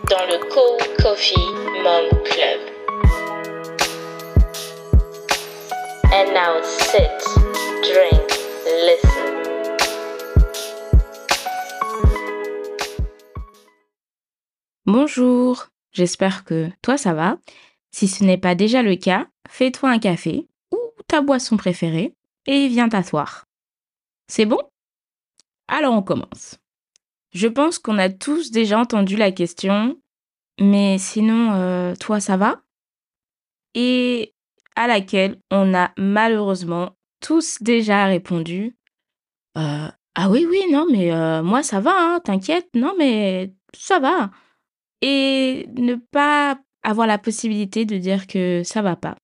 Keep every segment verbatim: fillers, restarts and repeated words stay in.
dans le Cold Coffee Mom Club. And now sit, drink, listen. Bonjour, j'espère que toi ça va. Si ce n'est pas déjà le cas, fais-toi un café ou ta boisson préférée et viens t'asseoir. C'est bon? Alors on commence. Je pense qu'on a tous déjà entendu la question, mais sinon, euh, toi ça va? Et à laquelle on a malheureusement tous déjà répondu, euh, ah oui, oui, non, mais euh, moi ça va, hein, t'inquiète, non, mais ça va. Et ne pas avoir la possibilité de dire que ça va pas.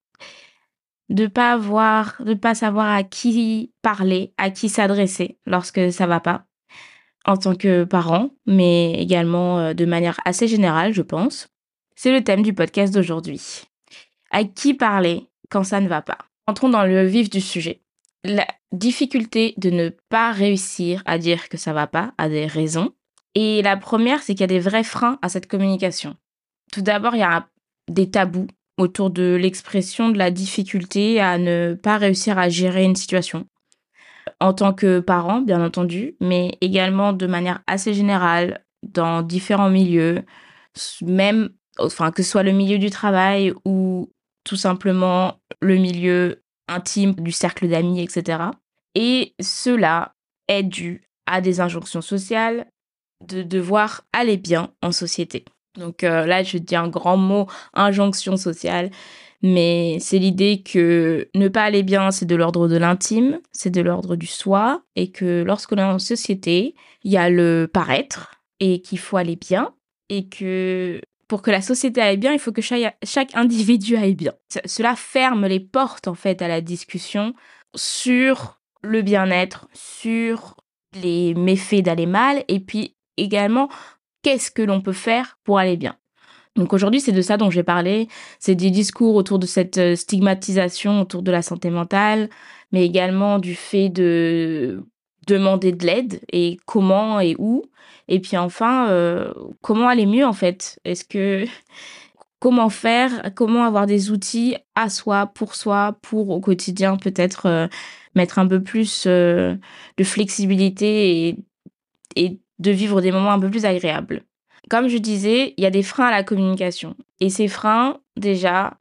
De pas avoir, de pas savoir à qui parler, à qui s'adresser lorsque ça va pas, en tant que parent, mais également euh, de manière assez générale, je pense. C'est le thème du podcast d'aujourd'hui. À qui parler quand ça ne va pas? Entrons dans le vif du sujet. La difficulté de ne pas réussir à dire que ça va pas a des raisons. Et la première, c'est qu'il y a des vrais freins à cette communication. Tout d'abord, il y a des tabous autour de l'expression de la difficulté à ne pas réussir à gérer une situation. En tant que parent, bien entendu, mais également de manière assez générale, dans différents milieux, même, enfin, que ce soit le milieu du travail ou tout simplement le milieu intime du cercle d'amis, et cetera. Et cela est dû à des injonctions sociales de devoir aller bien en société. Donc euh, là, je dis un grand mot, injonction sociale, mais c'est l'idée que ne pas aller bien, c'est de l'ordre de l'intime, c'est de l'ordre du soi, et que lorsqu'on est en société, il y a le paraître, et qu'il faut aller bien, et que pour que la société aille bien, il faut que chaque, chaque individu aille bien. C- cela ferme les portes, en fait, à la discussion sur le bien-être, sur les méfaits d'aller mal, et puis également, qu'est-ce que l'on peut faire pour aller bien? Donc aujourd'hui, c'est de ça dont je vais parler. C'est des discours autour de cette euh, stigmatisation autour de la santé mentale, mais également du fait de demander de l'aide et comment et où. Et puis enfin, euh, comment aller mieux en fait? Est-ce que comment faire? Comment avoir des outils à soi, pour soi, pour au quotidien peut-être euh, mettre un peu plus euh, de flexibilité et et de vivre des moments un peu plus agréables. Comme je disais, il y a des freins à la communication. Et ces freins, déjà,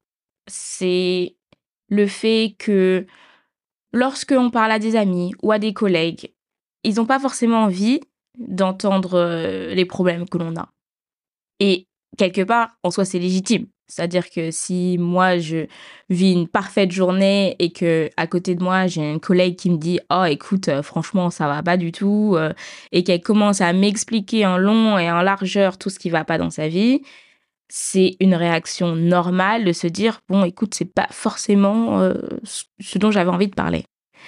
c'est le fait que lorsque on parle à des amis ou à des collègues, ils n'ont pas forcément envie d'entendre euh, les problèmes que l'on a. Et quelque part, en soi, c'est légitime. C'est-à-dire que si moi, je vis une parfaite journée et que à côté de moi, j'ai une collègue qui me dit «Oh, écoute, euh, franchement, ça va pas du tout», euh, et qu'elle commence à m'expliquer en long et en largeur tout ce qui va pas dans sa vie, c'est une réaction normale de se dire «Bon, écoute, c'est pas forcément euh, ce dont j'avais envie de parler».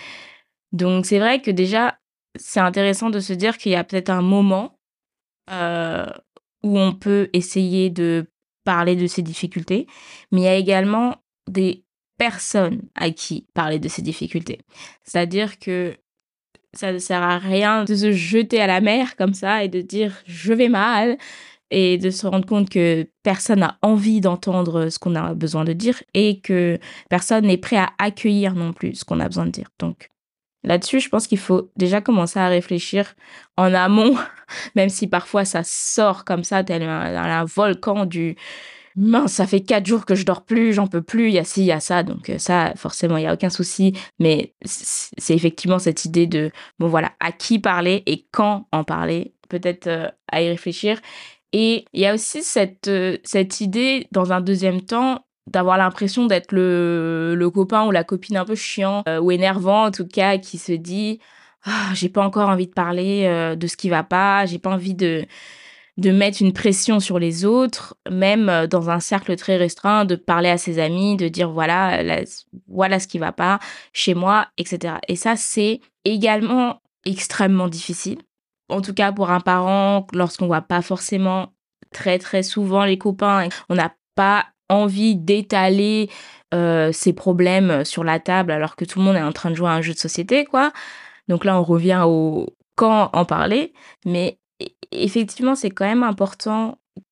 Donc, c'est vrai que déjà, c'est intéressant de se dire qu'il y a peut-être un moment euh, où on peut essayer de parler de ses difficultés, mais il y a également des personnes à qui parler de ses difficultés. C'est-à-dire que ça ne sert à rien de se jeter à la mer comme ça et de dire je vais mal et de se rendre compte que personne n'a envie d'entendre ce qu'on a besoin de dire et que personne n'est prêt à accueillir non plus ce qu'on a besoin de dire. Donc là-dessus, je pense qu'il faut déjà commencer à réfléchir en amont, même si parfois ça sort comme ça, tel un, un volcan du mince, ça fait quatre jours que je dors plus, j'en peux plus, il y a ci, il y a ça, donc euh, ça, forcément, il y a aucun souci, mais c- c'est effectivement cette idée de, bon voilà, à qui parler et quand en parler, peut-être euh, à y réfléchir. Et il y a aussi cette, euh, cette idée, dans un deuxième temps, d'avoir l'impression d'être le, le copain ou la copine un peu chiant euh, ou énervant en tout cas qui se dit ah, j'ai pas encore envie de parler euh, de ce qui va pas, j'ai pas envie de de mettre une pression sur les autres, même euh, dans un cercle très restreint, de parler à ses amis, de dire voilà la- voilà ce qui va pas chez moi, et cetera. Et ça c'est également extrêmement difficile. En tout cas pour un parent, lorsqu'on voit pas forcément très très souvent les copains, on n'a pas envie d'étaler euh, ses problèmes sur la table alors que tout le monde est en train de jouer à un jeu de société, quoi. Donc là, on revient au quand en parler, mais e- effectivement, c'est quand même important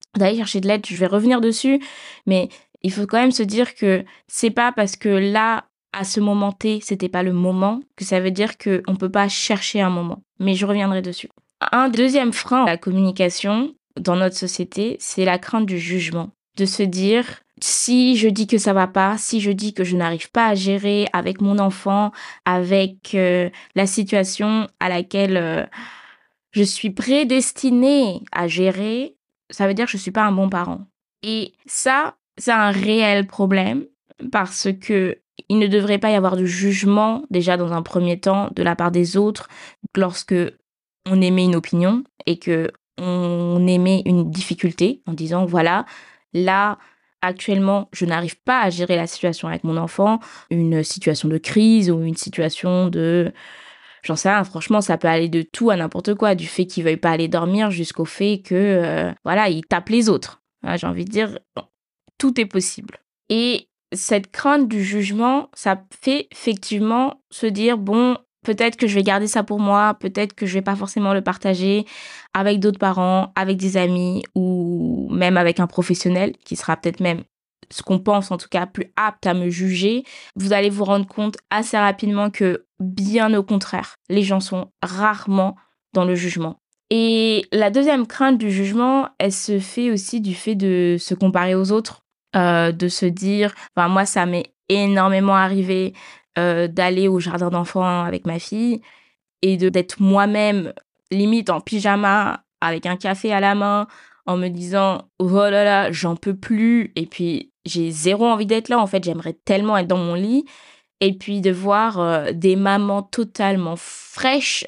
d'aller chercher de l'aide. Je vais revenir dessus, mais il faut quand même se dire que c'est pas parce que là, à ce moment T, c'était pas le moment, que ça veut dire qu'on peut pas chercher un moment. Mais je reviendrai dessus. Un deuxième frein à la communication dans notre société, c'est la crainte du jugement. De se dire, si je dis que ça va pas, si je dis que je n'arrive pas à gérer avec mon enfant, avec euh, la situation à laquelle euh, je suis prédestinée à gérer, ça veut dire que je suis pas un bon parent. Et ça, c'est un réel problème parce que il ne devrait pas y avoir de jugement, déjà dans un premier temps, de la part des autres lorsque on émet une opinion et que on émet une difficulté en disant voilà, là, actuellement, je n'arrive pas à gérer la situation avec mon enfant, une situation de crise ou une situation de... J'en sais rien, franchement, ça peut aller de tout à n'importe quoi, du fait qu'il veuille pas aller dormir jusqu'au fait que, euh, voilà, il tape les autres. Voilà, j'ai envie de dire, bon, tout est possible. Et cette crainte du jugement, ça fait effectivement se dire, bon, peut-être que je vais garder ça pour moi, peut-être que je vais pas forcément le partager avec d'autres parents, avec des amis ou même avec un professionnel qui sera peut-être même, ce qu'on pense en tout cas, plus apte à me juger. Vous allez vous rendre compte assez rapidement que bien au contraire, les gens sont rarement dans le jugement. Et la deuxième crainte du jugement, elle se fait aussi du fait de se comparer aux autres. Euh, de se dire, enfin moi ça m'est énormément arrivé euh, d'aller au jardin d'enfants avec ma fille et de d'être moi-même limite en pyjama avec un café à la main en me disant oh là là j'en peux plus et puis j'ai zéro envie d'être là en fait, j'aimerais tellement être dans mon lit et puis de voir euh, des mamans totalement fraîches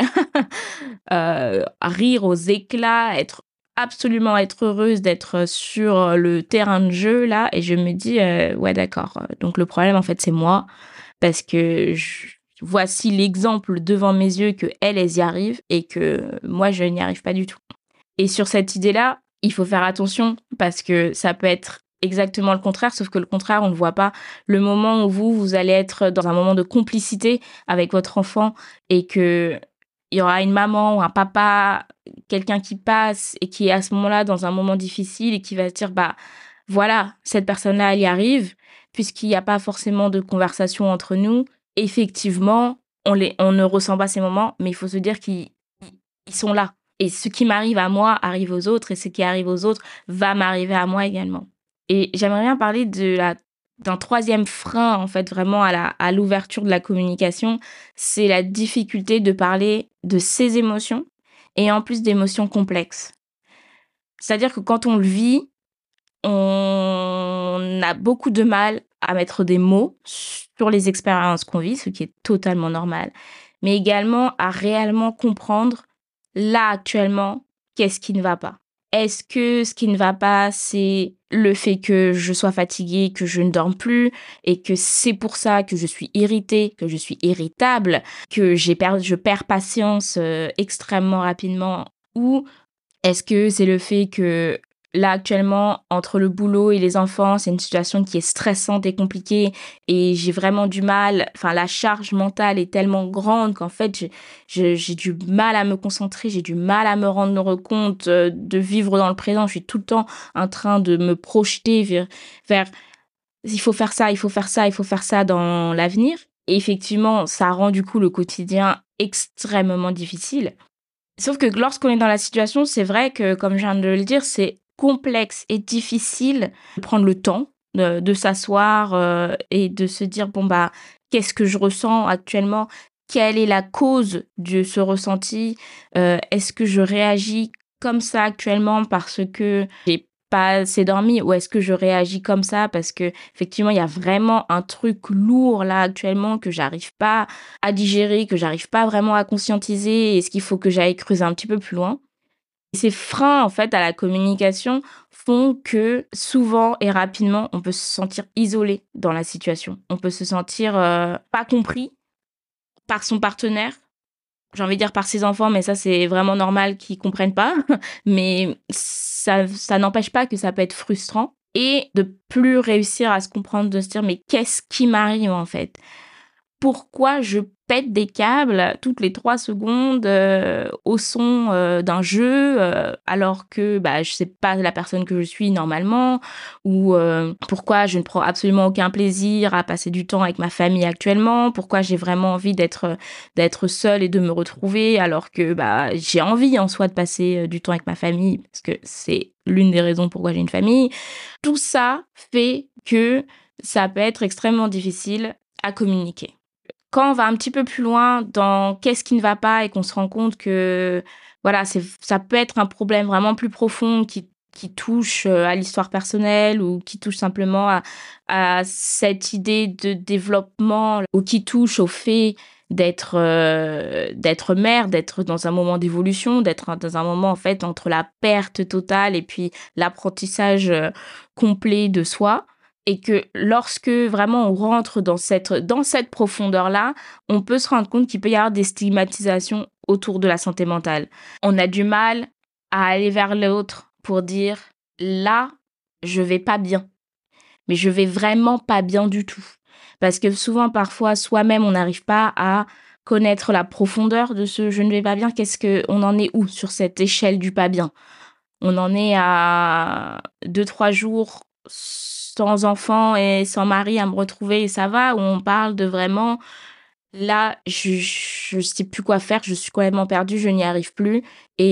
euh, rire aux éclats, être absolument être heureuse d'être sur le terrain de jeu là et je me dis euh, ouais d'accord, donc le problème en fait c'est moi parce que je, voici l'exemple devant mes yeux que elles elles y arrivent et que moi je n'y arrive pas du tout. Et sur cette idée là il faut faire attention parce que ça peut être exactement le contraire, sauf que le contraire on ne voit pas. Le moment où vous vous allez être dans un moment de complicité avec votre enfant et que il y aura une maman ou un papa, quelqu'un qui passe et qui est à ce moment-là dans un moment difficile et qui va se dire, bah voilà, cette personne-là, elle y arrive, puisqu'il n'y a pas forcément de conversation entre nous. Effectivement, on, les, on ne ressent pas ces moments, mais il faut se dire qu'ils ils sont là. Et ce qui m'arrive à moi arrive aux autres, et ce qui arrive aux autres va m'arriver à moi également. Et j'aimerais bien parler de la d'un troisième frein, en fait, vraiment à, la, à l'ouverture de la communication, c'est la difficulté de parler de ses émotions et en plus d'émotions complexes. C'est-à-dire que quand on le vit, on a beaucoup de mal à mettre des mots sur les expériences qu'on vit, ce qui est totalement normal, mais également à réellement comprendre, là, actuellement, qu'est-ce qui ne va pas. Est-ce que ce qui ne va pas, c'est le fait que je sois fatiguée, que je ne dorme plus, et que c'est pour ça que je suis irritée, que je suis irritable, que j'ai per- je perds patience euh, extrêmement rapidement, ou est-ce que c'est le fait que là, actuellement, entre le boulot et les enfants, c'est une situation qui est stressante et compliquée et j'ai vraiment du mal, enfin, la charge mentale est tellement grande qu'en fait, j'ai, j'ai, j'ai du mal à me concentrer, j'ai du mal à me rendre compte euh, de vivre dans le présent. Je suis tout le temps en train de me projeter vers, vers, il faut faire ça, il faut faire ça, il faut faire ça dans l'avenir. Et effectivement, ça rend du coup le quotidien extrêmement difficile. Sauf que lorsqu'on est dans la situation, c'est vrai que, comme je viens de le dire, c'est complexe et difficile de prendre le temps de, de s'asseoir euh, et de se dire, bon, bah, qu'est-ce que je ressens actuellement? Quelle est la cause de ce ressenti? Euh, est-ce que je réagis comme ça actuellement parce que j'ai pas assez dormi ou est-ce que je réagis comme ça parce que effectivement il y a vraiment un truc lourd là actuellement que j'arrive pas à digérer, que j'arrive pas vraiment à conscientiser, est-ce qu'il faut que j'aille creuser un petit peu plus loin? Et ces freins en fait à la communication font que souvent et rapidement on peut se sentir isolé dans la situation. On peut se sentir euh, pas compris par son partenaire, j'ai envie de dire par ses enfants, mais ça, c'est vraiment normal qu'ils comprennent pas. Mais ça, ça n'empêche pas que ça peut être frustrant et de plus réussir à se comprendre, de se dire, mais qu'est-ce qui m'arrive, en fait? pourquoi je pète des câbles toutes les trois secondes euh, au son euh, d'un jeu euh, alors que bah, je sais pas la personne que je suis normalement, ou euh, pourquoi je ne prends absolument aucun plaisir à passer du temps avec ma famille actuellement, pourquoi j'ai vraiment envie d'être d'être seule et de me retrouver alors que bah, j'ai envie en soi de passer euh, du temps avec ma famille parce que c'est l'une des raisons pourquoi j'ai une famille. Tout ça fait que ça peut être extrêmement difficile à communiquer. Quand on va un petit peu plus loin dans qu'est-ce qui ne va pas et qu'on se rend compte que voilà, c'est, ça peut être un problème vraiment plus profond qui, qui touche euh, à l'histoire personnelle ou qui touche simplement à, à cette idée de développement ou qui touche au fait d'être, euh, d'être mère, d'être dans un moment d'évolution, d'être dans un moment en fait entre la perte totale et puis l'apprentissage euh, complet de soi. Et que lorsque vraiment on rentre dans cette, dans cette profondeur-là, on peut se rendre compte qu'il peut y avoir des stigmatisations autour de la santé mentale. On a du mal à aller vers l'autre pour dire « là, je vais pas bien ». Mais je vais vraiment pas bien du tout. Parce que souvent, parfois, soi-même, on n'arrive pas à connaître la profondeur de ce « je ne vais pas bien ». Qu'est-ce que, on en est où sur cette échelle du pas bien ? On en est à deux, trois jours sans enfant et sans mari à me retrouver et ça va, où on parle de vraiment, là, je, je sais plus quoi faire, je suis complètement perdue, je n'y arrive plus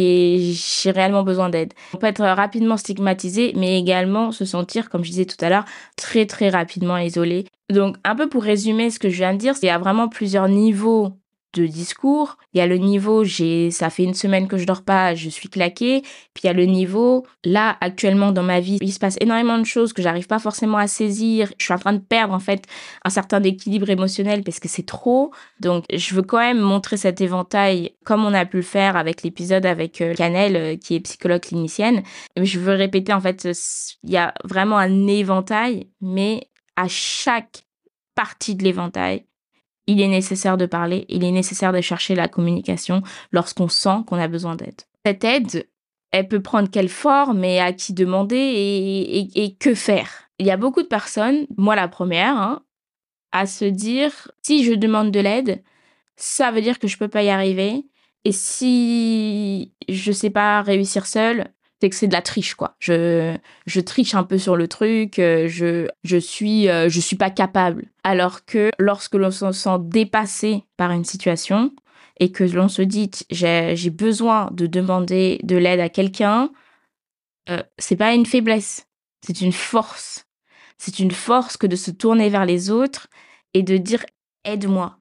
et j'ai réellement besoin d'aide. On peut être rapidement stigmatisé, mais également se sentir, comme je disais tout à l'heure, très très rapidement isolé. Donc, un peu pour résumer ce que je viens de dire, il y a vraiment plusieurs niveaux de discours. Il y a le niveau, j'ai, ça fait une semaine que je dors pas, je suis claquée. Puis il y a le niveau, là, actuellement dans ma vie, il se passe énormément de choses que j'arrive pas forcément à saisir. Je suis en train de perdre, en fait, un certain équilibre émotionnel parce que c'est trop. Donc, je veux quand même montrer cet éventail, comme on a pu le faire avec l'épisode avec euh, Canel, euh, qui est psychologue clinicienne. Mais je veux répéter, en fait, il y a vraiment un éventail, mais à chaque partie de l'éventail, il est nécessaire de parler, il est nécessaire de chercher la communication lorsqu'on sent qu'on a besoin d'aide. Cette aide, elle peut prendre quelle forme et à qui demander et, et, et que faire. Il y a beaucoup de personnes, moi la première, hein, à se dire, si je demande de l'aide, ça veut dire que je peux pas y arriver. Et si je sais pas réussir seule, c'est que c'est de la triche, quoi. Je, je triche un peu sur le truc, euh, je, je suis, euh, je suis pas capable. Alors que lorsque l'on se sent dépassé par une situation et que l'on se dit, j'ai, j'ai besoin de demander de l'aide à quelqu'un, euh, c'est pas une faiblesse, c'est une force. C'est une force que de se tourner vers les autres et de dire, aide-moi.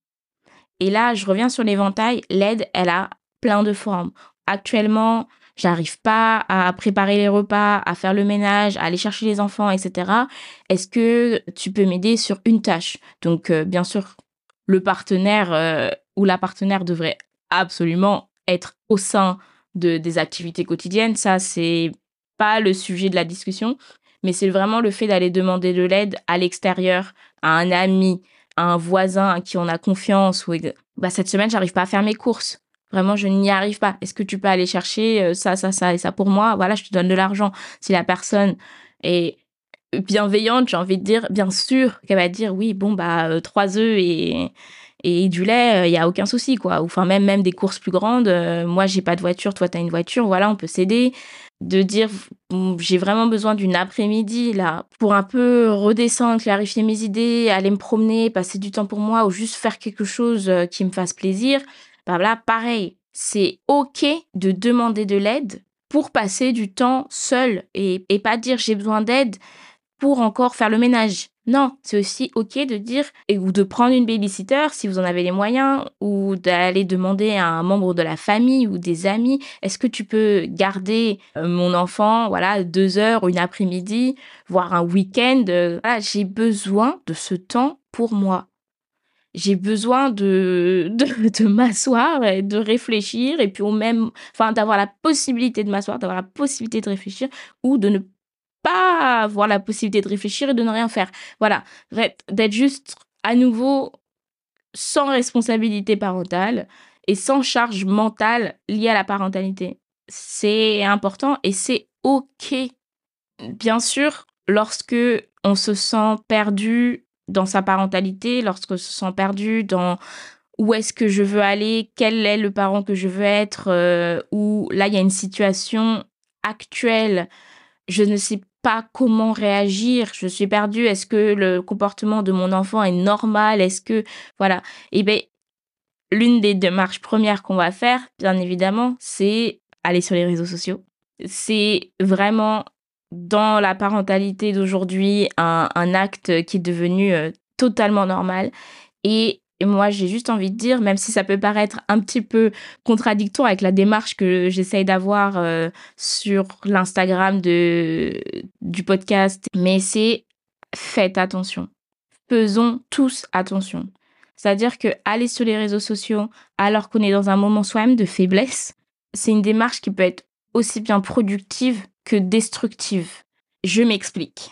Et là, je reviens sur l'éventail. L'aide, elle a plein de formes. Actuellement, j'arrive pas à préparer les repas, à faire le ménage, à aller chercher les enfants, et cetera. Est-ce que tu peux m'aider sur une tâche? Donc, euh, bien sûr, le partenaire euh, ou la partenaire devrait absolument être au sein de, des activités quotidiennes. Ça, c'est pas le sujet de la discussion, mais c'est vraiment le fait d'aller demander de l'aide à l'extérieur, à un ami, un voisin à qui on a confiance, ou bah, cette semaine, j'arrive pas à faire mes courses. Vraiment, je n'y arrive pas. Est-ce que tu peux aller chercher ça, ça, ça et ça pour moi? Voilà, je te donne de l'argent. Si la personne est bienveillante, j'ai envie de dire, bien sûr qu'elle va dire oui, bon, bah, euh, trois œufs et, et du lait, il euh, n'y a aucun souci, quoi. Enfin, même, même des courses plus grandes. Euh, moi, j'ai pas de voiture, toi, t'as une voiture. Voilà, on peut s'aider. De dire, j'ai vraiment besoin d'une après-midi, là, pour un peu redescendre, clarifier mes idées, aller me promener, passer du temps pour moi ou juste faire quelque chose qui me fasse plaisir. Bah là, pareil, c'est OK de demander de l'aide pour passer du temps seul et, et pas dire j'ai besoin d'aide pour encore faire le ménage. Non, c'est aussi OK de dire, et, ou de prendre une babysitter si vous en avez les moyens, ou d'aller demander à un membre de la famille ou des amis, est-ce que tu peux garder euh, mon enfant, voilà, deux heures ou une après-midi, voire un week-end. Euh, voilà, j'ai besoin de ce temps pour moi. J'ai besoin de, de, de m'asseoir et de réfléchir, et puis au même, enfin, d'avoir la possibilité de m'asseoir, d'avoir la possibilité de réfléchir, ou de ne pas avoir la possibilité de réfléchir et de ne rien faire. Voilà, d'être juste à nouveau sans responsabilité parentale et sans charge mentale liée à la parentalité. C'est important et c'est OK. Bien sûr, lorsque on se sent perdu dans sa parentalité, lorsqu'on se sent perdu dans où est-ce que je veux aller, quel est le parent que je veux être, euh, ou là, il y a une situation actuelle, je ne sais pas comment réagir, je suis perdue, est-ce que le comportement de mon enfant est normal, est-ce que, voilà. Et bien, l'une des démarches premières qu'on va faire, bien évidemment, c'est aller sur les réseaux sociaux. C'est vraiment, dans la parentalité d'aujourd'hui, un, un acte qui est devenu euh, totalement normal. Et moi, j'ai juste envie de dire, même si ça peut paraître un petit peu contradictoire avec la démarche que j'essaye d'avoir euh, sur l'Instagram de, du podcast, mais c'est faites attention. Faisons tous attention. C'est-à-dire que aller sur les réseaux sociaux alors qu'on est dans un moment soi-même de faiblesse, c'est une démarche qui peut être aussi bien productive que destructive. Je m'explique.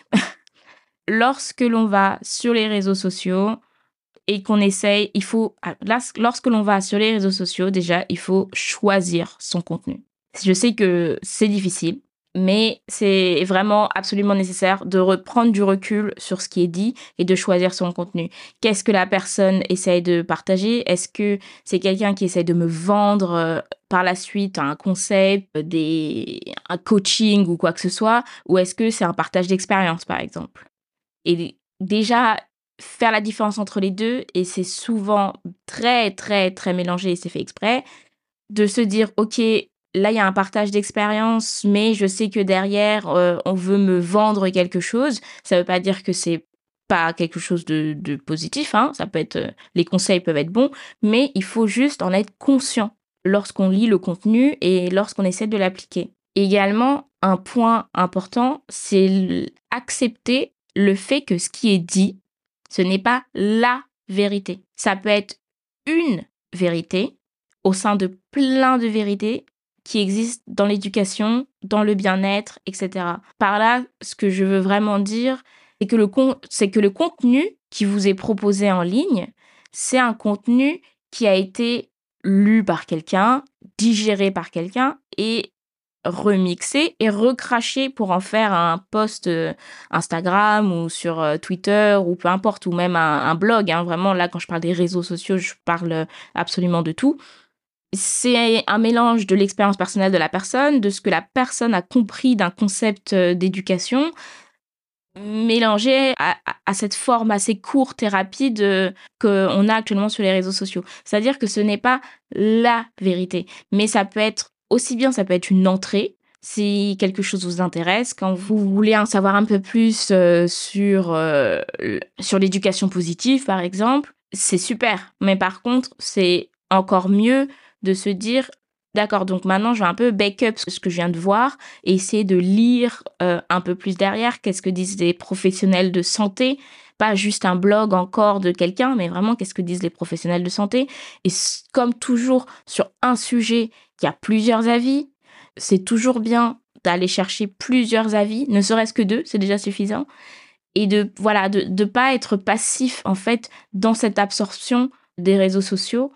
Lorsque l'on va sur les réseaux sociaux et qu'on essaye, il faut, là, lorsque l'on va sur les réseaux sociaux, déjà, il faut choisir son contenu. Je sais que c'est difficile, mais c'est vraiment absolument nécessaire de reprendre du recul sur ce qui est dit et de choisir son contenu. Qu'est-ce que la personne essaye de partager ? Est-ce que c'est quelqu'un qui essaye de me vendre euh, par la suite un concept, des... un coaching ou quoi que ce soit ? Ou est-ce que c'est un partage d'expérience, par exemple ? Et déjà, faire la différence entre les deux, et c'est souvent très, très, très mélangé et c'est fait exprès, de se dire, OK, là, il y a un partage d'expérience, mais je sais que derrière, euh, on veut me vendre quelque chose. Ça ne veut pas dire que c'est pas quelque chose de, de positif, hein. Ça peut être, euh, les conseils peuvent être bons, mais il faut juste en être conscient lorsqu'on lit le contenu et lorsqu'on essaie de l'appliquer. Également, un point important, c'est accepter le fait que ce qui est dit, ce n'est pas la vérité. Ça peut être une vérité au sein de plein de vérités qui existent dans l'éducation, dans le bien-être, et cetera. Par là, ce que je veux vraiment dire, c'est que le, con- c'est que le contenu qui vous est proposé en ligne, c'est un contenu qui a été lu par quelqu'un, digéré par quelqu'un et remixé et recraché pour en faire un post euh, Instagram ou sur euh, Twitter ou peu importe, ou même un, un blog. Hein. Vraiment, là, quand je parle des réseaux sociaux, je parle absolument de tout. C'est un mélange de l'expérience personnelle de la personne, de ce que la personne a compris d'un concept euh, d'éducation, mélangé à, à, à cette forme assez courte et rapide euh, qu'on a actuellement sur les réseaux sociaux. C'est-à-dire que ce n'est pas la vérité, mais ça peut être aussi bien, ça peut être une entrée, si quelque chose vous intéresse, quand vous voulez en savoir un peu plus euh, sur, euh, sur l'éducation positive, par exemple, c'est super. Mais par contre, c'est encore mieux de se dire, d'accord, donc maintenant, je vais un peu back-up ce que je viens de voir et essayer de lire euh, un peu plus derrière, qu'est-ce que disent les professionnels de santé, pas juste un blog encore de quelqu'un, mais vraiment, qu'est-ce que disent les professionnels de santé. Et comme toujours, sur un sujet, il y a plusieurs avis. C'est toujours bien d'aller chercher plusieurs avis, ne serait-ce que deux, c'est déjà suffisant. Et de voilà, de ne pas être passif, en fait, dans cette absorption des réseaux sociaux.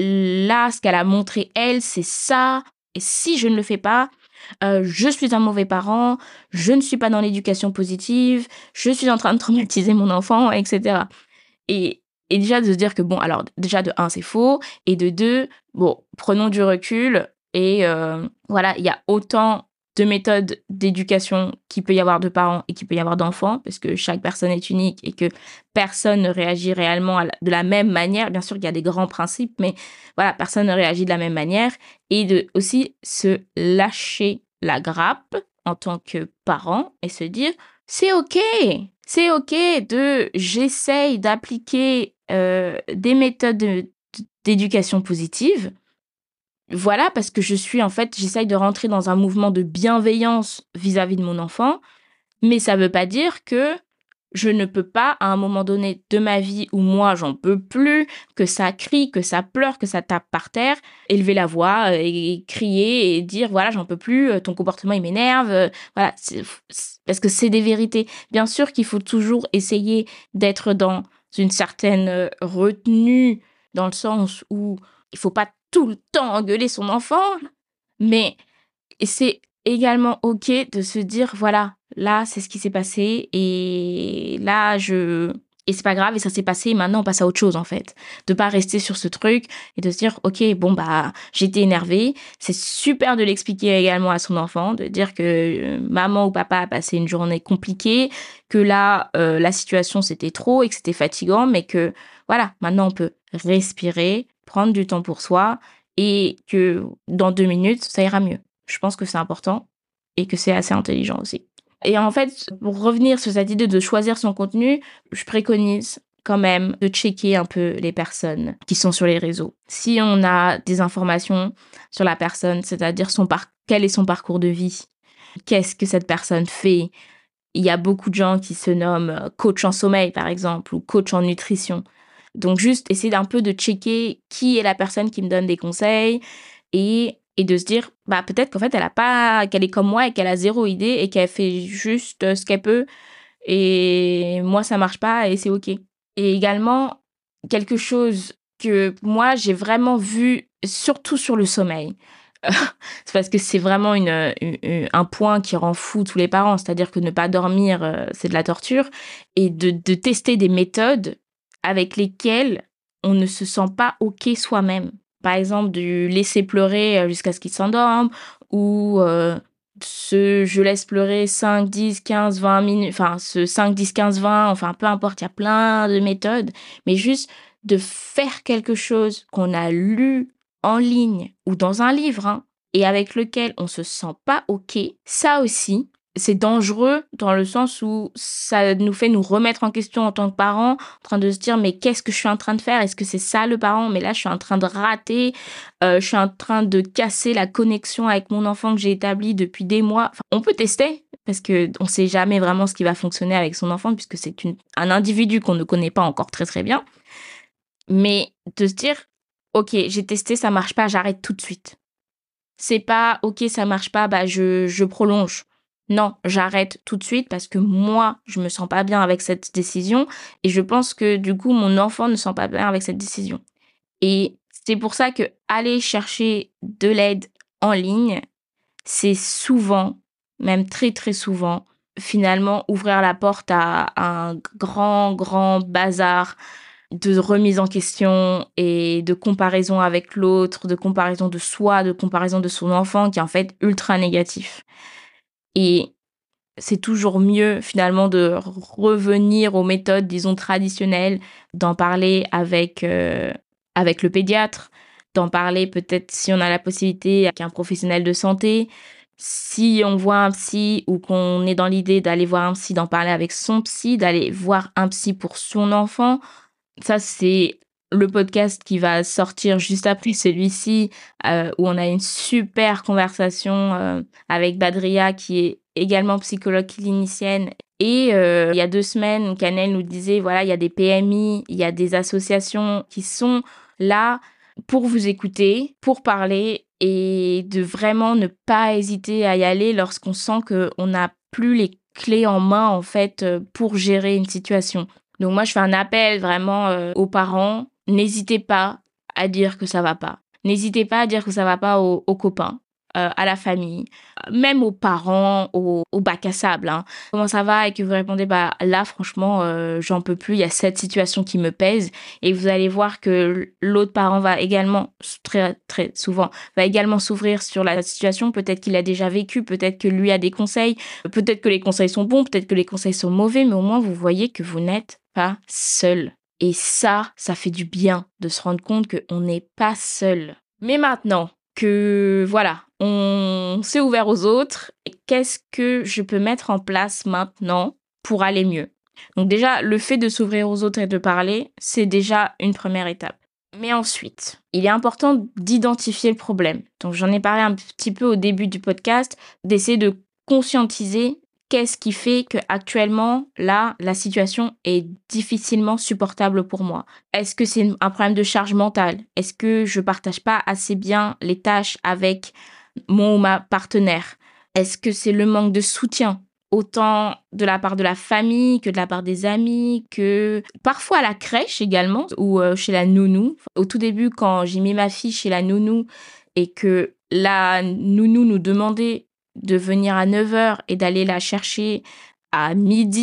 Là, ce qu'elle a montré, elle, c'est ça. Et si je ne le fais pas, euh, je suis un mauvais parent, je ne suis pas dans l'éducation positive, je suis en train de traumatiser mon enfant, et cetera. Et, et déjà de se dire que, bon, alors, déjà de un, c'est faux. Et de deux, bon, prenons du recul. Et euh, voilà, il y a autant de méthodes d'éducation qu'il peut y avoir de parents et qu'il peut y avoir d'enfants, parce que chaque personne est unique et que personne ne réagit réellement à la, de la même manière. Bien sûr, il y a des grands principes, mais voilà, personne ne réagit de la même manière. Et de aussi se lâcher la grappe en tant que parent et se dire, c'est OK, c'est OK de j'essaye d'appliquer euh, des méthodes de, d'éducation positive. Voilà, parce que je suis, en fait, j'essaye de rentrer dans un mouvement de bienveillance vis-à-vis de mon enfant, mais ça ne veut pas dire que je ne peux pas, à un moment donné de ma vie où moi, j'en peux plus, que ça crie, que ça pleure, que ça tape par terre, élever la voix et crier et dire, voilà, j'en peux plus, ton comportement, il m'énerve. Voilà, c'est, c'est, parce que c'est des vérités. Bien sûr qu'il faut toujours essayer d'être dans une certaine retenue, dans le sens où il ne faut pas tout le temps engueuler son enfant, mais c'est également OK de se dire, voilà, là, c'est ce qui s'est passé et là, je, Et c'est pas grave, et ça s'est passé, maintenant on passe à autre chose en fait. De pas rester sur ce truc et de se dire, ok, bon bah j'étais énervée. C'est super de l'expliquer également à son enfant, de dire que euh, maman ou papa a passé une journée compliquée, que là euh, la situation c'était trop et que c'était fatigant, mais que voilà, maintenant on peut respirer, prendre du temps pour soi et que dans deux minutes ça ira mieux. Je pense que c'est important et que c'est assez intelligent aussi. Et en fait, pour revenir sur cette idée de choisir son contenu, je préconise quand même de checker un peu les personnes qui sont sur les réseaux. Si on a des informations sur la personne, c'est-à-dire son par- quel est son parcours de vie, qu'est-ce que cette personne fait. Il y a beaucoup de gens qui se nomment euh, coach en sommeil, par exemple, ou coach en nutrition. Donc, juste essayer d'un peu de checker qui est la personne qui me donne des conseils et, et de se dire, bah, peut-être qu'en fait, elle a pas, qu'elle est comme moi et qu'elle a zéro idée et qu'elle fait juste euh, ce qu'elle peut et moi, ça marche pas et c'est OK. Et également, quelque chose que moi, j'ai vraiment vu, surtout sur le sommeil. C'est parce que c'est vraiment une, une- une- un point qui rend fou tous les parents, c'est-à-dire que ne pas dormir, euh, c'est de la torture, et de, de tester des méthodes avec lesquelles on ne se sent pas OK soi-même. Par exemple, du laisser pleurer euh, jusqu'à ce qu'il s'endorme, ou euh, ce je laisse pleurer cinq, dix, quinze, vingt minutes, enfin ce cinq, dix, quinze, vingt, enfin peu importe, il y a plein de méthodes, mais juste de faire quelque chose qu'on a lu en ligne ou dans un livre, hein, et avec lequel on se sent pas OK, ça aussi, c'est dangereux dans le sens où ça nous fait nous remettre en question en tant que parents, en train de se dire mais qu'est-ce que je suis en train de faire? Est-ce que c'est ça le parent? Mais là, je suis en train de rater, euh, je suis en train de casser la connexion avec mon enfant que j'ai établie depuis des mois. Enfin, on peut tester parce que on sait jamais vraiment ce qui va fonctionner avec son enfant puisque c'est une, un individu qu'on ne connaît pas encore très très bien. Mais de se dire, ok, j'ai testé, ça marche pas, j'arrête tout de suite. C'est pas, ok, ça marche pas, bah je, je prolonge. Non, j'arrête tout de suite parce que moi, je me sens pas bien avec cette décision et je pense que du coup, mon enfant ne se sent pas bien avec cette décision. Et c'est pour ça que aller chercher de l'aide en ligne, c'est souvent, même très très souvent, finalement ouvrir la porte à un grand, grand bazar de remise en question et de comparaison avec l'autre, de comparaison de soi, de comparaison de son enfant qui est en fait ultra négatif. Et c'est toujours mieux finalement de revenir aux méthodes, disons, traditionnelles, d'en parler avec, euh, avec le pédiatre, d'en parler peut-être si on a la possibilité avec un professionnel de santé. Si on voit un psy ou qu'on est dans l'idée d'aller voir un psy, d'en parler avec son psy, d'aller voir un psy pour son enfant. Ça, c'est le podcast qui va sortir juste après celui-ci, euh, où on a une super conversation euh, avec Badria, qui est également psychologue clinicienne. Et euh, il y a deux semaines, Canel nous disait, voilà, il y a des P M I, il y a des associations qui sont là pour vous écouter, pour parler et de vraiment ne pas hésiter à y aller lorsqu'on sent qu'on n'a plus les clés en main, en fait, euh, pour gérer une situation. Donc moi, je fais un appel vraiment euh, aux parents. N'hésitez pas à dire que ça va pas. N'hésitez pas à dire que ça va pas aux, aux copains, euh, à la famille, euh, même aux parents, aux, aux bacs à sable. Hein. Comment ça va? Et que vous répondez, bah là, franchement, euh, j'en peux plus. Il y a cette situation qui me pèse. Et vous allez voir que l'autre parent va également, très très souvent, va également s'ouvrir sur la situation. Peut-être qu'il a déjà vécu, peut-être que lui a des conseils, peut-être que les conseils sont bons, peut-être que les conseils sont mauvais, mais au moins vous voyez que vous n'êtes pas seul. Et ça, ça fait du bien de se rendre compte qu'on n'est pas seul. Mais maintenant que, voilà, on s'est ouvert aux autres, qu'est-ce que je peux mettre en place maintenant pour aller mieux? Donc déjà, le fait de s'ouvrir aux autres et de parler, c'est déjà une première étape. Mais ensuite, il est important d'identifier le problème. Donc j'en ai parlé un petit peu au début du podcast, d'essayer de conscientiser qu'est-ce qui fait que actuellement là la situation est difficilement supportable pour moi. Est-ce que c'est un problème de charge mentale? Est-ce que je partage pas assez bien les tâches avec mon ou ma partenaire? Est-ce que c'est le manque de soutien? Autant de la part de la famille que de la part des amis, que parfois à la crèche également, ou euh, chez la nounou. Au tout début, quand j'ai mis ma fille chez la nounou et que la nounou nous demandait de venir à neuf heures et d'aller la chercher à midi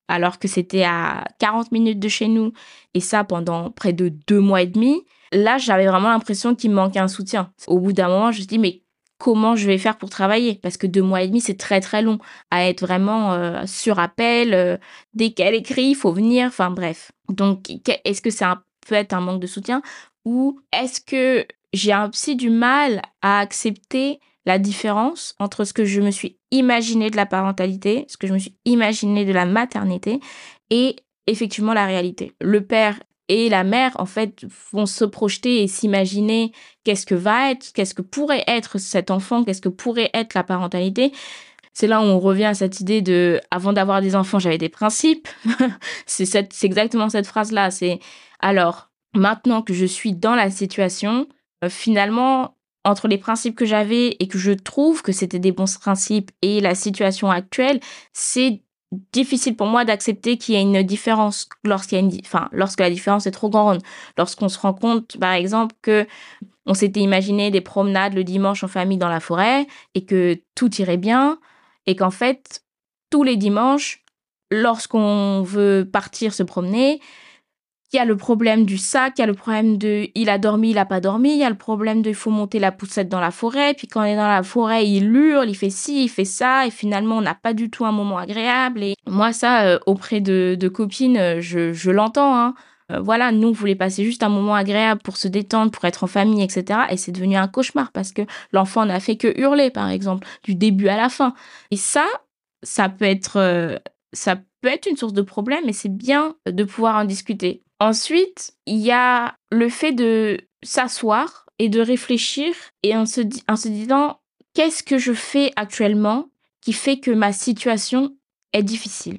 alors que c'était à quarante minutes de chez nous et ça pendant près de deux mois et demi. Là, j'avais vraiment l'impression qu'il me manquait un soutien. Au bout d'un moment, je me suis dit: «Mais comment je vais faire pour travailler?» parce que deux mois et demi, c'est très, très long à être vraiment, heu, sur appel, heu, dès qu'elle écrit, il faut venir, enfin bref. Donc qu est-ce que c'est un peut être un manque de soutien ou est-ce que j'ai un aussi du mal à accepter la différence entre ce que je me suis imaginé de la parentalité, ce que je me suis imaginé de la maternité et effectivement la réalité. Le père et la mère, en fait, vont se projeter et s'imaginer qu'est-ce que va être, qu'est-ce que pourrait être cet enfant, qu'est-ce que pourrait être la parentalité. C'est là où on revient à cette idée de avant d'avoir des enfants, j'avais des principes. c'est cette, c'est exactement cette phrase-là. C'est alors maintenant que je suis dans la situation, euh, finalement, entre les principes que j'avais et que je trouve que c'était des bons principes et la situation actuelle, c'est difficile pour moi d'accepter qu'il y ait une différence lorsqu'il y a une, di- enfin, lorsque la différence est trop grande. Lorsqu'on se rend compte, par exemple, que on s'était imaginé des promenades le dimanche en famille dans la forêt et que tout irait bien et qu'en fait, tous les dimanches, lorsqu'on veut partir se promener, il y a le problème du sac, il y a le problème de il a dormi, il a pas dormi, il y a le problème de il faut monter la poussette dans la forêt, puis quand on est dans la forêt, il hurle, il fait ci, il fait ça, et finalement, on n'a pas du tout un moment agréable. Et moi, ça, euh, auprès de, de copines, euh, je, je l'entends, hein. Euh, voilà, nous, on voulait passer juste un moment agréable pour se détendre, pour être en famille, et cetera. Et c'est devenu un cauchemar parce que l'enfant n'a fait que hurler, par exemple, du début à la fin. Et ça, ça peut être, euh, ça peut être une source de problème et c'est bien de pouvoir en discuter. Ensuite, il y a le fait de s'asseoir et de réfléchir et en se, di- en se disant qu'est-ce que je fais actuellement qui fait que ma situation est difficile.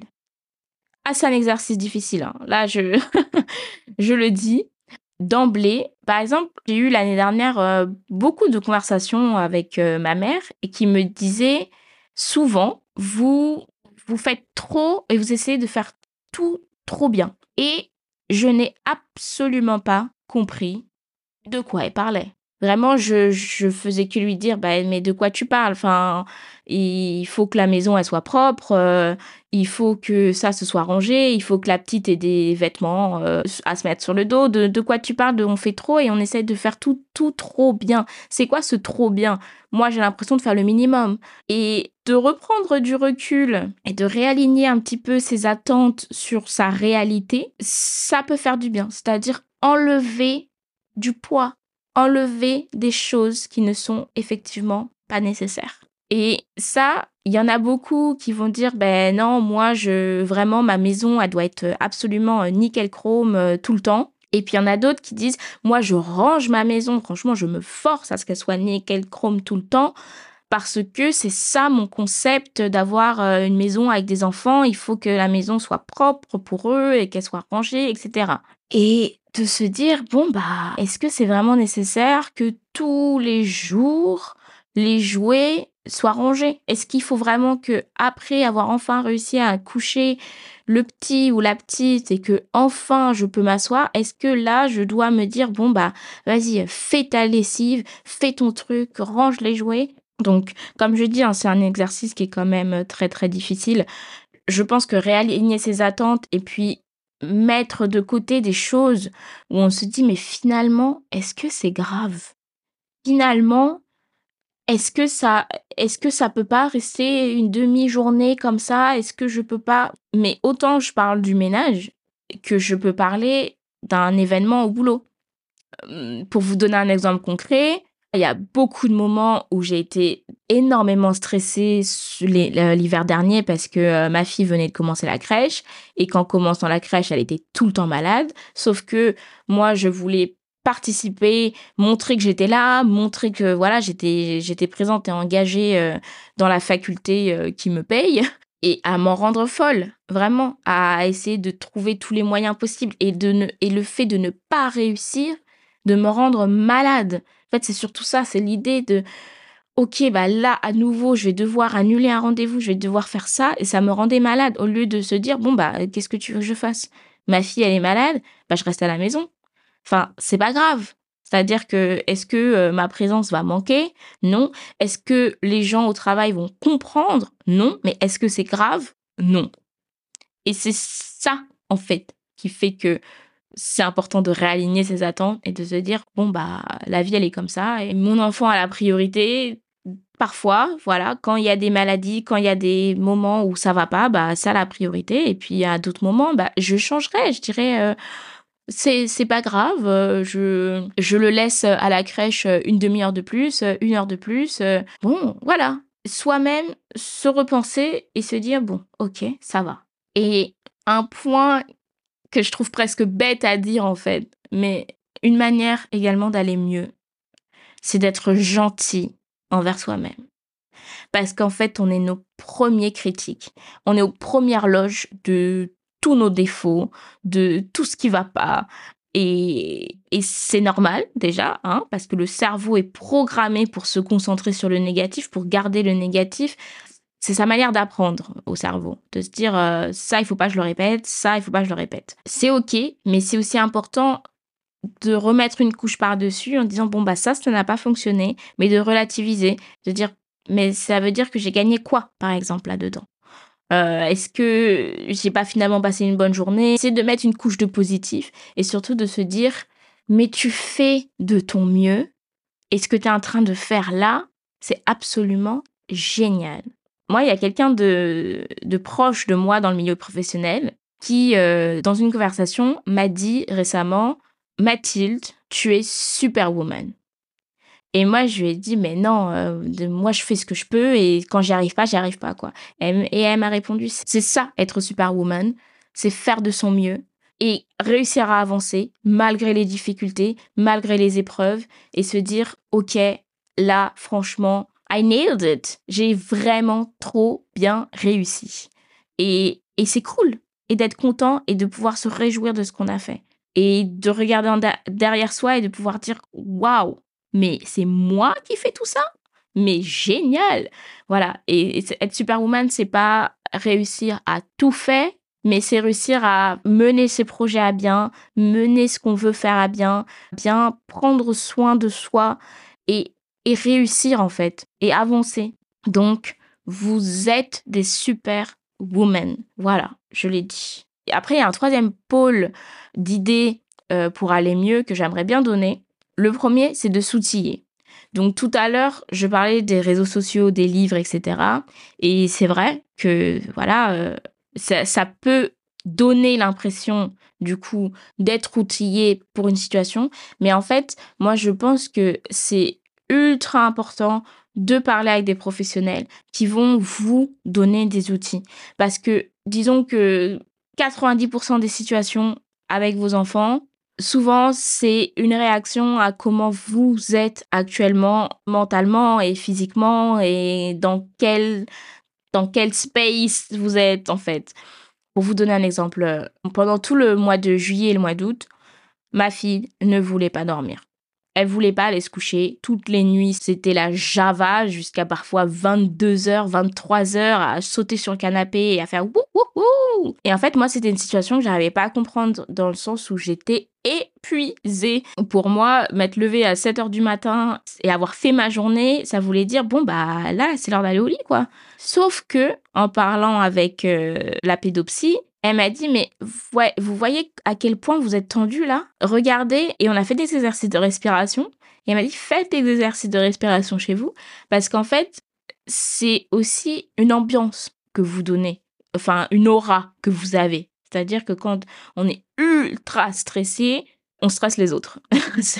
Ah, c'est un exercice difficile, hein. Là, je, je le dis d'emblée. Par exemple, j'ai eu l'année dernière euh, beaucoup de conversations avec euh, ma mère et qui me disait souvent, vous, vous faites trop et vous essayez de faire tout trop bien. Et je n'ai absolument pas compris de quoi elle parlait. Vraiment, je, je faisais que lui dire, bah, mais de quoi tu parles? Enfin, il faut que la maison, elle soit propre, euh, il faut que ça se soit rangé, il faut que la petite ait des vêtements euh, à se mettre sur le dos. De, de quoi tu parles? De, on fait trop et on essaie de faire tout, tout trop bien. C'est quoi ce trop bien? Moi, j'ai l'impression de faire le minimum. Et de reprendre du recul et de réaligner un petit peu ses attentes sur sa réalité, ça peut faire du bien. C'est-à-dire enlever du poids, enlever des choses qui ne sont effectivement pas nécessaires. Et ça, il y en a beaucoup qui vont dire, ben non, moi, je vraiment, ma maison, elle doit être absolument euh, nickel chrome euh, tout le temps. Et puis il y en a d'autres qui disent, moi, je range ma maison, franchement, je me force à ce qu'elle soit nickel chrome tout le temps parce que c'est ça mon concept d'avoir euh, une maison avec des enfants. Il faut que la maison soit propre pour eux et qu'elle soit rangée, et cetera. Et de se dire, bon, bah, est-ce que c'est vraiment nécessaire que tous les jours, les jouets soient rangés? Est-ce qu'il faut vraiment que, après avoir enfin réussi à coucher le petit ou la petite et que enfin je peux m'asseoir, est-ce que là, je dois me dire, bon, bah, vas-y, fais ta lessive, fais ton truc, range les jouets? Donc, comme je dis, hein, c'est un exercice qui est quand même très, très difficile. Je pense que réaligner ses attentes et puis mettre de côté des choses où on se dit, mais finalement, est-ce que c'est grave? Finalement, est-ce que ça, est-ce que ça peut pas rester une demi-journée comme ça? Est-ce que je peux pas, mais autant je parle du ménage que je peux parler d'un événement au boulot. Hem, pour vous donner un exemple concret, il y a beaucoup de moments où j'ai été énormément stressée su les le l'hiver dernier parce que, heu, ma fille venait de commencer la crèche et qu'en commençant la crèche, elle était tout le temps malade. Sauf que moi, je voulais participer, montrer que j'étais là, montrer que voilà, j'étais j'étais présente et engagée, heu, dans la faculté, heu, qui me paye et à m'en rendre folle, vraiment, à essayer de trouver tous les moyens possibles et de ne et le fait de ne pas réussir, de me rendre malade. En fait, c'est surtout ça, c'est l'idée de: «OK, bah, là, à nouveau, je vais devoir annuler un rendez-vous, je vais devoir faire ça» et ça me rendait malade au lieu de se dire: «Bon, bah, heu, qu'est-ce que tu veux que je fasse? Ma fille, elle est malade, bah, je reste à la maison». Enfin, c'est pas grave. C'est-à-dire que est-ce que, heu, ma présence va manquer? Non. Est-ce que les gens au travail vont comprendre? Non. Mais est-ce que c'est grave? Non. Et c'est ça, en fait, qui fait que c'est important de réaligner ses attentes et de se dire, bon, bah, la vie, elle est comme ça. Et mon enfant a la priorité. Parfois, voilà, quand il y a des maladies, quand il y a des moments où ça va pas, bah, ça a la priorité. Et puis, à d'autres moments, bah, je changerai. Je dirais, euh, c'est, c'est pas grave. euh, je, je le laisse à la crèche euh, une demi-heure de plus, euh, une heure de plus. euh, bon, voilà. Soi-même, se repenser et se dire, bon, ok, ça va. Et un point que je trouve presque bête à dire, en fait, mais une manière également d'aller mieux, c'est d'être gentil envers soi-même. Parce qu'en fait, on est nos premiers critiques. On est aux premières loges de tous nos défauts, de tout ce qui va pas. Et, et c'est normal déjà, hein, parce que le cerveau est programmé pour se concentrer sur le négatif, pour garder le négatif. C'est sa manière d'apprendre au cerveau, de se dire euh, ça, il faut pas que je le répète, ça, il faut pas que je le répète. C'est ok, mais c'est aussi important de remettre une couche par-dessus en disant bon bah ça, ça n'a pas fonctionné, mais de relativiser, de dire mais ça veut dire que j'ai gagné quoi, par exemple, là-dedans. Euh, est-ce que j'ai pas finalement passé une bonne journée? C'est de mettre une couche de positif et surtout de se dire mais tu fais de ton mieux et ce que tu es en train de faire là, c'est absolument génial. Moi, il y a quelqu'un de, de proche de moi dans le milieu professionnel qui, euh, dans une conversation, m'a dit récemment « Mathilde, tu es superwoman ». Et moi, je lui ai dit « Mais non, euh, de, moi, je fais ce que je peux et quand j'y arrive pas, j'y arrive pas. » quoi. Et, et elle m'a répondu « C'est ça, être superwoman, c'est faire de son mieux et réussir à avancer malgré les difficultés, malgré les épreuves et se dire « Ok, là, franchement, I nailed it. J'ai vraiment trop bien réussi. » Et, et c'est cool. Et d'être content et de pouvoir se réjouir de ce qu'on a fait. Et de regarder en da- derrière soi et de pouvoir dire « Waouh, mais c'est moi qui fais tout ça? Mais génial !» Voilà. Et, et être superwoman, c'est pas réussir à tout faire, mais c'est réussir à mener ses projets à bien, mener ce qu'on veut faire à bien, bien prendre soin de soi et, et réussir en fait, et avancer. Donc, vous êtes des super women. Voilà, je l'ai dit. Et après, il y a un troisième pôle d'idées euh, pour aller mieux que j'aimerais bien donner. Le premier, c'est de s'outiller. Donc tout à l'heure, je parlais des réseaux sociaux, des livres, et cetera. Et c'est vrai que voilà, euh, ça, ça peut donner l'impression du coup d'être outillé pour une situation. Mais en fait, moi je pense que c'est ultra important de parler avec des professionnels qui vont vous donner des outils. Parce que disons que quatre-vingt-dix pour cent des situations avec vos enfants, souvent, c'est une réaction à comment vous êtes actuellement, mentalement et physiquement, et dans quel, dans quel space vous êtes, en fait. Pour vous donner un exemple, euh, pendant tout le mois de juillet et le mois d'août, ma fille ne voulait pas dormir. Elle voulait pas aller se coucher. Toutes les nuits, c'était la java jusqu'à parfois vingt-deux heures, vingt-trois heures à sauter sur le canapé et à faire wouh wouh wouh. Et en fait, moi, c'était une situation que j'arrivais pas à comprendre dans le sens où j'étais épuisée. Pour moi, m'être levée à sept heures du matin et avoir fait ma journée, ça voulait dire bon bah là, c'est l'heure d'aller au lit quoi. Sauf que en parlant avec euh, la pédopsie, elle m'a dit, mais ouais, vous voyez à quel point vous êtes tendu là? Regardez, et on a fait des exercices de respiration. Et elle m'a dit, faites des exercices de respiration chez vous. Parce qu'en fait, c'est aussi une ambiance que vous donnez. Enfin, une aura que vous avez. C'est-à-dire que quand on est ultra stressé, on stresse les autres. c'est,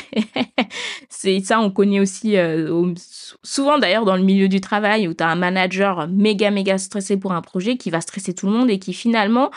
c'est ça, on connaît aussi euh, au, souvent d'ailleurs dans le milieu du travail où tu as un manager méga méga stressé pour un projet qui va stresser tout le monde et qui finalement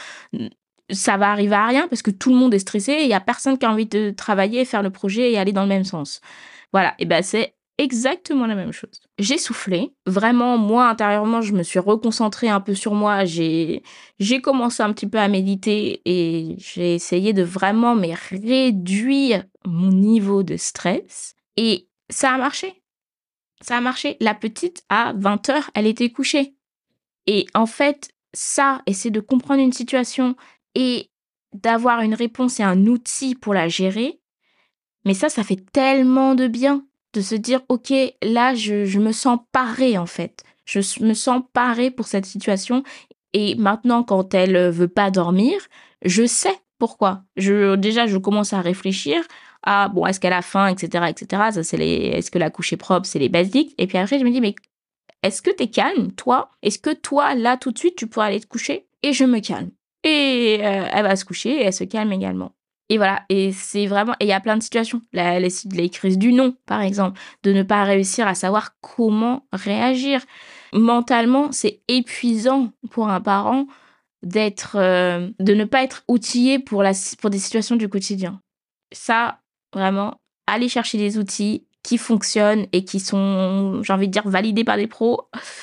ça va arriver à rien parce que tout le monde est stressé et il y a personne qui a envie de travailler, faire le projet et aller dans le même sens. Voilà, et ben c'est exactement la même chose. J'ai soufflé. Vraiment, moi, intérieurement, je me suis reconcentrée un peu sur moi. J'ai, j'ai commencé un petit peu à méditer et j'ai essayé de vraiment mais réduire mon niveau de stress. Et ça a marché. Ça a marché. La petite, à vingt heures, elle était couchée. Et en fait, ça, et c'est de comprendre une situation et d'avoir une réponse et un outil pour la gérer. Mais ça, ça fait tellement de bien de se dire, ok, là, je, je me sens parée en fait. Je me sens parée pour cette situation Et maintenant, quand elle euh, veut pas dormir, je sais pourquoi. Je, déjà, je commence à réfléchir à, bon, est-ce qu'elle a faim, et cetera, et cetera. Ça, c'est les, est-ce que la couche est propre, c'est les basiques. Et puis après, je me dis, mais est-ce que t'es calme, toi? Est-ce que toi, là, tout de suite, tu pourrais aller te coucher? Et je me calme. Et euh, elle va se coucher et elle se calme également. Et voilà, et c'est vraiment... Et il y a plein de situations. La, les, les crises du non, par exemple. De ne pas réussir à savoir comment réagir. Mentalement, c'est épuisant pour un parent d'être, euh, de ne pas être outillé pour, la, pour des situations du quotidien. Ça, vraiment, aller chercher des outils qui fonctionnent et qui sont, j'ai envie de dire, validés par des pros.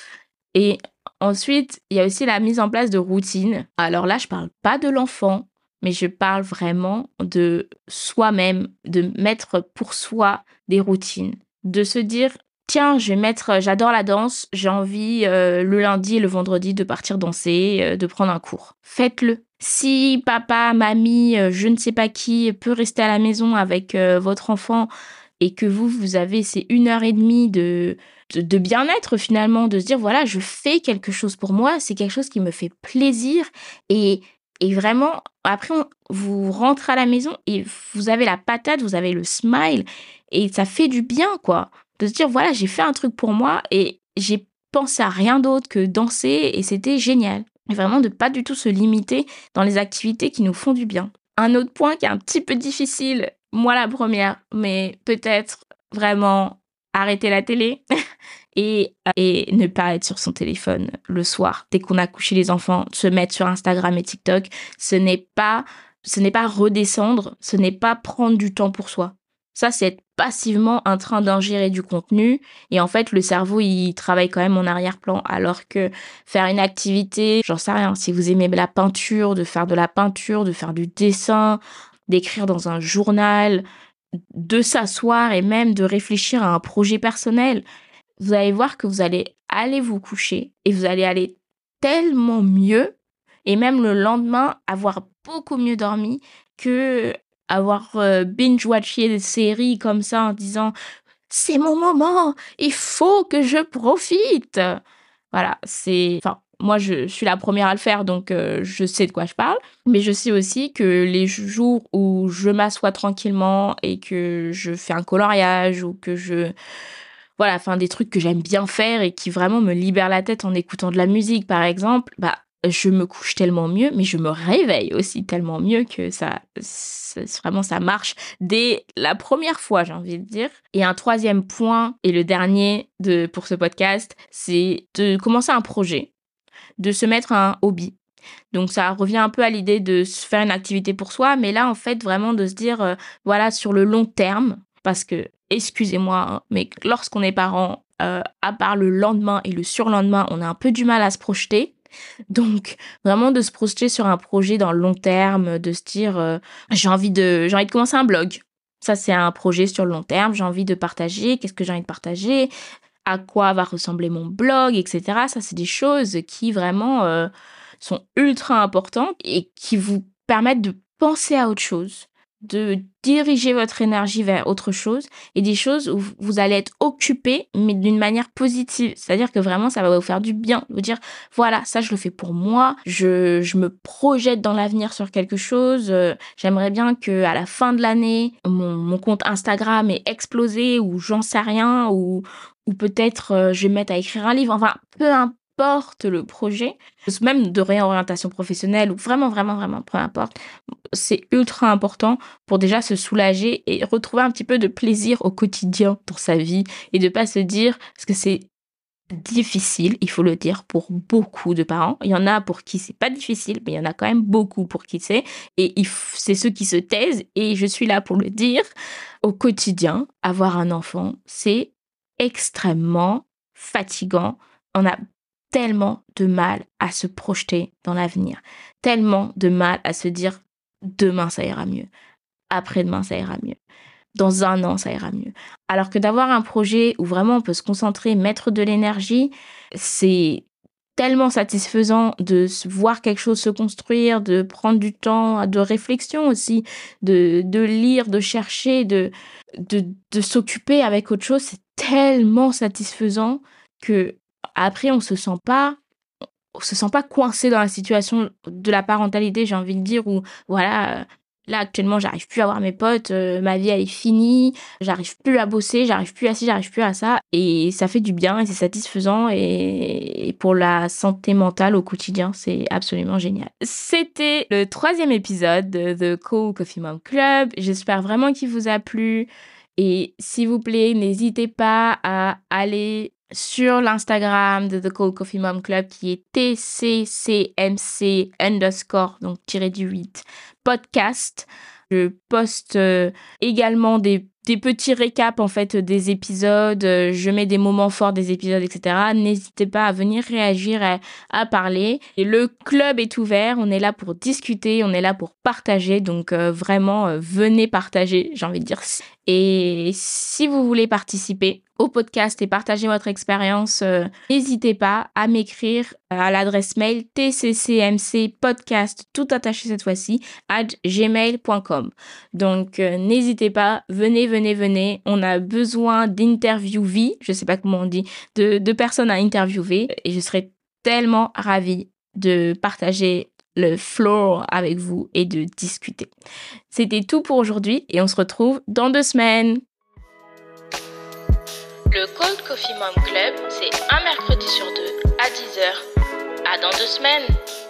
Et ensuite, il y a aussi la mise en place de routines. Alors là, je parle pas de l'enfant, mais je parle vraiment de soi-même, de mettre pour soi des routines. De se dire, tiens, je vais mettre, j'adore la danse, j'ai envie euh, le lundi et le vendredi de partir danser, euh, de prendre un cours. Faites-le. Si papa, mamie, euh, je ne sais pas qui peut rester à la maison avec euh, votre enfant et que vous, vous avez ces une heure et demie de, de, de bien-être finalement, de se dire, voilà, je fais quelque chose pour moi, c'est quelque chose qui me fait plaisir et, et vraiment, après, on, vous rentrez à la maison et vous avez la patate, vous avez le smile et ça fait du bien, quoi. De se dire, voilà, j'ai fait un truc pour moi et j'ai pensé à rien d'autre que danser et c'était génial. Et vraiment de pas du tout se limiter dans les activités qui nous font du bien. Un autre point qui est un petit peu difficile, moi la première, mais peut-être vraiment arrêter la télé et, et ne pas être sur son téléphone le soir. Dès qu'on a couché les enfants, se mettre sur Instagram et TikTok, ce n'est pas, ce n'est pas redescendre, ce n'est pas prendre du temps pour soi. Ça, c'est être passivement en train d'ingérer du contenu. Et en fait, le cerveau, il travaille quand même en arrière-plan. Alors que faire une activité, j'en sais rien, si vous aimez la peinture, de faire de la peinture, de faire du dessin, d'écrire dans un journal, de s'asseoir et même de réfléchir à un projet personnel, vous allez voir que vous allez aller vous coucher et vous allez aller tellement mieux et même le lendemain avoir beaucoup mieux dormi que avoir euh, binge-watché des séries comme ça en disant « c'est mon moment, il faut que je profite ». Voilà, c'est... Enfin, moi, je, je suis la première à le faire, donc euh, je sais de quoi je parle. Mais je sais aussi que les jours où je m'assois tranquillement et que je fais un coloriage ou que je... Voilà, enfin, des trucs que j'aime bien faire et qui vraiment me libèrent la tête en écoutant de la musique, par exemple, bah, je me couche tellement mieux, mais je me réveille aussi tellement mieux que ça, ça vraiment, ça marche dès la première fois, j'ai envie de dire. Et un troisième point, et le dernier de, pour ce podcast, c'est de commencer un projet, de se mettre un hobby. Donc, ça revient un peu à l'idée de se faire une activité pour soi, mais là, en fait, vraiment de se dire, euh, voilà, sur le long terme, parce que, excusez-moi, hein, mais lorsqu'on est parent, euh, à part le lendemain et le surlendemain, on a un peu du mal à se projeter. Donc, vraiment de se projeter sur un projet dans le long terme, de se dire, euh, j'ai envie de, j'ai envie de commencer un blog. Ça, c'est un projet sur le long terme. J'ai envie de partager. Qu'est-ce que j'ai envie de partager? À quoi va ressembler mon blog, et cetera. Ça, c'est des choses qui vraiment euh, sont ultra importantes et qui vous permettent de penser à autre chose, de diriger votre énergie vers autre chose et des choses où vous allez être occupé, mais d'une manière positive. C'est-à-dire que vraiment, ça va vous faire du bien. Vous dire, voilà, ça, je le fais pour moi. Je, je me projette dans l'avenir sur quelque chose. Euh, j'aimerais bien qu'à la fin de l'année, mon, mon compte Instagram ait explosé ou j'en sais rien ou, ou peut-être euh, je vais me mettre à écrire un livre. Enfin, peu importe le projet, même de réorientation professionnelle ou vraiment, vraiment, vraiment, peu importe. C'est ultra important pour déjà se soulager et retrouver un petit peu de plaisir au quotidien dans sa vie et de pas se dire, parce que c'est difficile, il faut le dire, pour beaucoup de parents. Il y en a pour qui c'est pas difficile, mais il y en a quand même beaucoup pour qui c'est. Et il f- c'est ceux qui se taisent, et je suis là pour le dire. Au quotidien, avoir un enfant, c'est extrêmement fatigant. On a tellement de mal à se projeter dans l'avenir, tellement de mal à se dire demain ça ira mieux, après-demain ça ira mieux, dans un an ça ira mieux. Alors que d'avoir un projet où vraiment on peut se concentrer, mettre de l'énergie, c'est tellement satisfaisant de se- voir quelque chose se construire, de prendre du temps de réflexion aussi, de, de lire, de chercher, de, de, de s'occuper avec autre chose. C'est tellement satisfaisant que après on se sent pas se sent pas coincé dans la situation de la parentalité, j'ai envie de dire, où voilà, euh, là actuellement j'arrive plus à voir mes potes, euh, ma vie elle est finie, j'arrive plus à bosser, j'arrive plus à ci, j'arrive plus à ça, et ça fait du bien et c'est satisfaisant, et, et pour la santé mentale au quotidien, c'est absolument génial. C'était le troisième épisode de The Cool Coffee Mom Club. J'espère vraiment qu'il vous a plu. Et s'il vous plaît, n'hésitez pas à aller sur l'Instagram de The Cold Coffee Mom Club qui est T C C M C underscore, donc tiré du huit, podcast. Je poste euh, également des, des petits récaps en fait des épisodes, euh, je mets des moments forts des épisodes, et cetera. N'hésitez pas à venir réagir, à, à parler. Et le club est ouvert, on est là pour discuter, on est là pour partager, donc euh, vraiment euh, venez partager, j'ai envie de dire. Et si vous voulez participer au podcast et partager votre expérience, euh, n'hésitez pas à m'écrire à l'adresse mail tccmcpodcast, tout attaché cette fois-ci, at gmail point com. Donc euh, n'hésitez pas, venez, venez, venez. On a besoin d'interviewés, je sais pas comment on dit, de, de personnes à interviewer, et je serais tellement ravie de partager le floor avec vous et de discuter. C'était tout pour aujourd'hui et on se retrouve dans deux semaines. Le Cold Coffee Mom Club, c'est un mercredi sur deux à dix heures. À dans deux semaines.